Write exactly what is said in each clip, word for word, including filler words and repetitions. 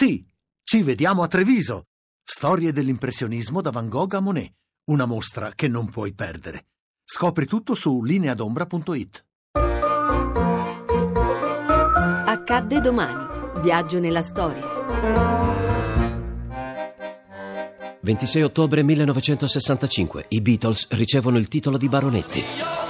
Sì, ci vediamo a Treviso. Storie dell'impressionismo da Van Gogh a Monet. Una mostra che non puoi perdere. Scopri tutto su lineadombra punto it. Accadde domani. Viaggio nella storia. ventisei ottobre millenovecentosessantacinque. I Beatles ricevono il titolo di baronetti.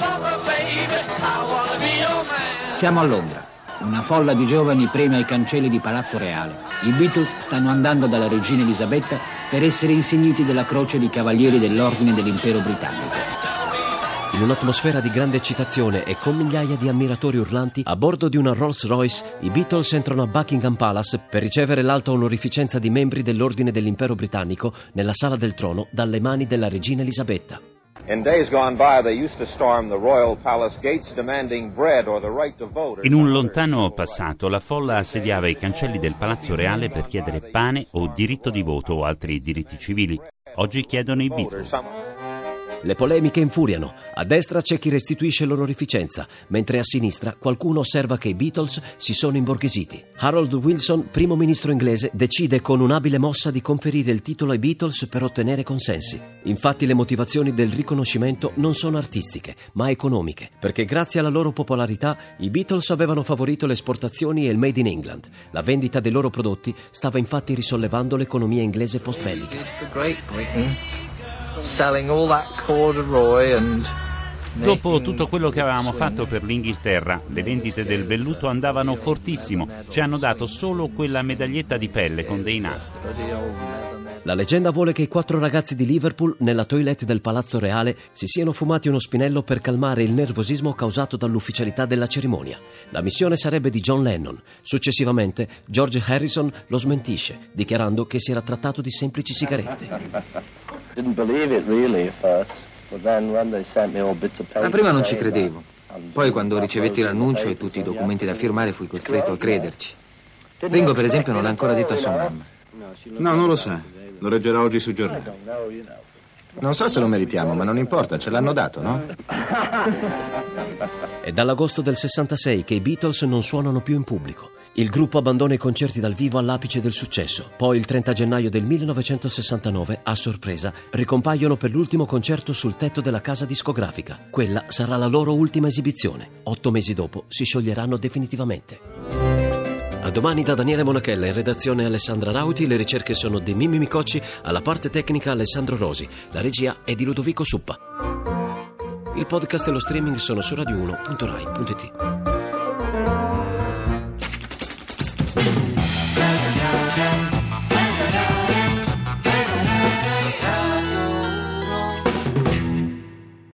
Siamo a Londra. Una folla di giovani prema i cancelli di Palazzo Reale. I Beatles stanno andando dalla regina Elisabetta per essere insigniti della croce di cavalieri dell'Ordine dell'Impero Britannico. In un'atmosfera di grande eccitazione e con migliaia di ammiratori urlanti, a bordo di una Rolls Royce, i Beatles entrano a Buckingham Palace per ricevere l'alta onorificenza di membri dell'Ordine dell'Impero Britannico nella Sala del Trono dalle mani della regina Elisabetta. In days gone by, they used to storm the royal palace gates demanding bread or the right to vote. In un lontano passato, la folla assediava i cancelli del Palazzo Reale per chiedere pane o diritto di voto o altri diritti civili. Oggi chiedono i Beatles. Le polemiche infuriano. A destra c'è chi restituisce l'onorificenza, mentre a sinistra qualcuno osserva che i Beatles si sono imborghesiti. Harold Wilson, primo ministro inglese, decide con un'abile mossa di conferire il titolo ai Beatles per ottenere consensi. Infatti le motivazioni del riconoscimento non sono artistiche, ma economiche, perché grazie alla loro popolarità i Beatles avevano favorito le esportazioni e il Made in England. La vendita dei loro prodotti stava infatti risollevando l'economia inglese post-bellica. Dopo tutto quello che avevamo fatto per l'Inghilterra, le vendite del velluto andavano fortissimo. Ci hanno dato solo quella medaglietta di pelle con dei nastri. La leggenda vuole che i quattro ragazzi di Liverpool, nella toilette del Palazzo Reale, si siano fumati uno spinello per calmare il nervosismo causato dall'ufficialità della cerimonia. La missione sarebbe di John Lennon. Successivamente, George Harrison lo smentisce, dichiarando che si era trattato di semplici sigarette. Ma prima non ci credevo. Poi quando ricevetti l'annuncio e tutti i documenti da firmare fui costretto a crederci. Ringo per esempio non l'ha ancora detto a sua mamma. No, non lo sa. Lo leggerà oggi sui giornali. Non so se lo meritiamo, ma non importa, ce l'hanno dato, no? È dall'agosto del sessantasei che i Beatles non suonano più in pubblico. Il gruppo abbandona i concerti dal vivo all'apice del successo. Poi il trenta gennaio del millenovecentosessantanove, a sorpresa, ricompaiono per l'ultimo concerto sul tetto della casa discografica. Quella sarà la loro ultima esibizione. Otto mesi dopo si scioglieranno definitivamente. A domani da Daniele Monachella, in redazione Alessandra Rauti, le ricerche sono di Mimmi Micocci, alla parte tecnica Alessandro Rosi, la regia è di Ludovico Suppa. Il podcast e lo streaming sono su radio uno punto rai punto it.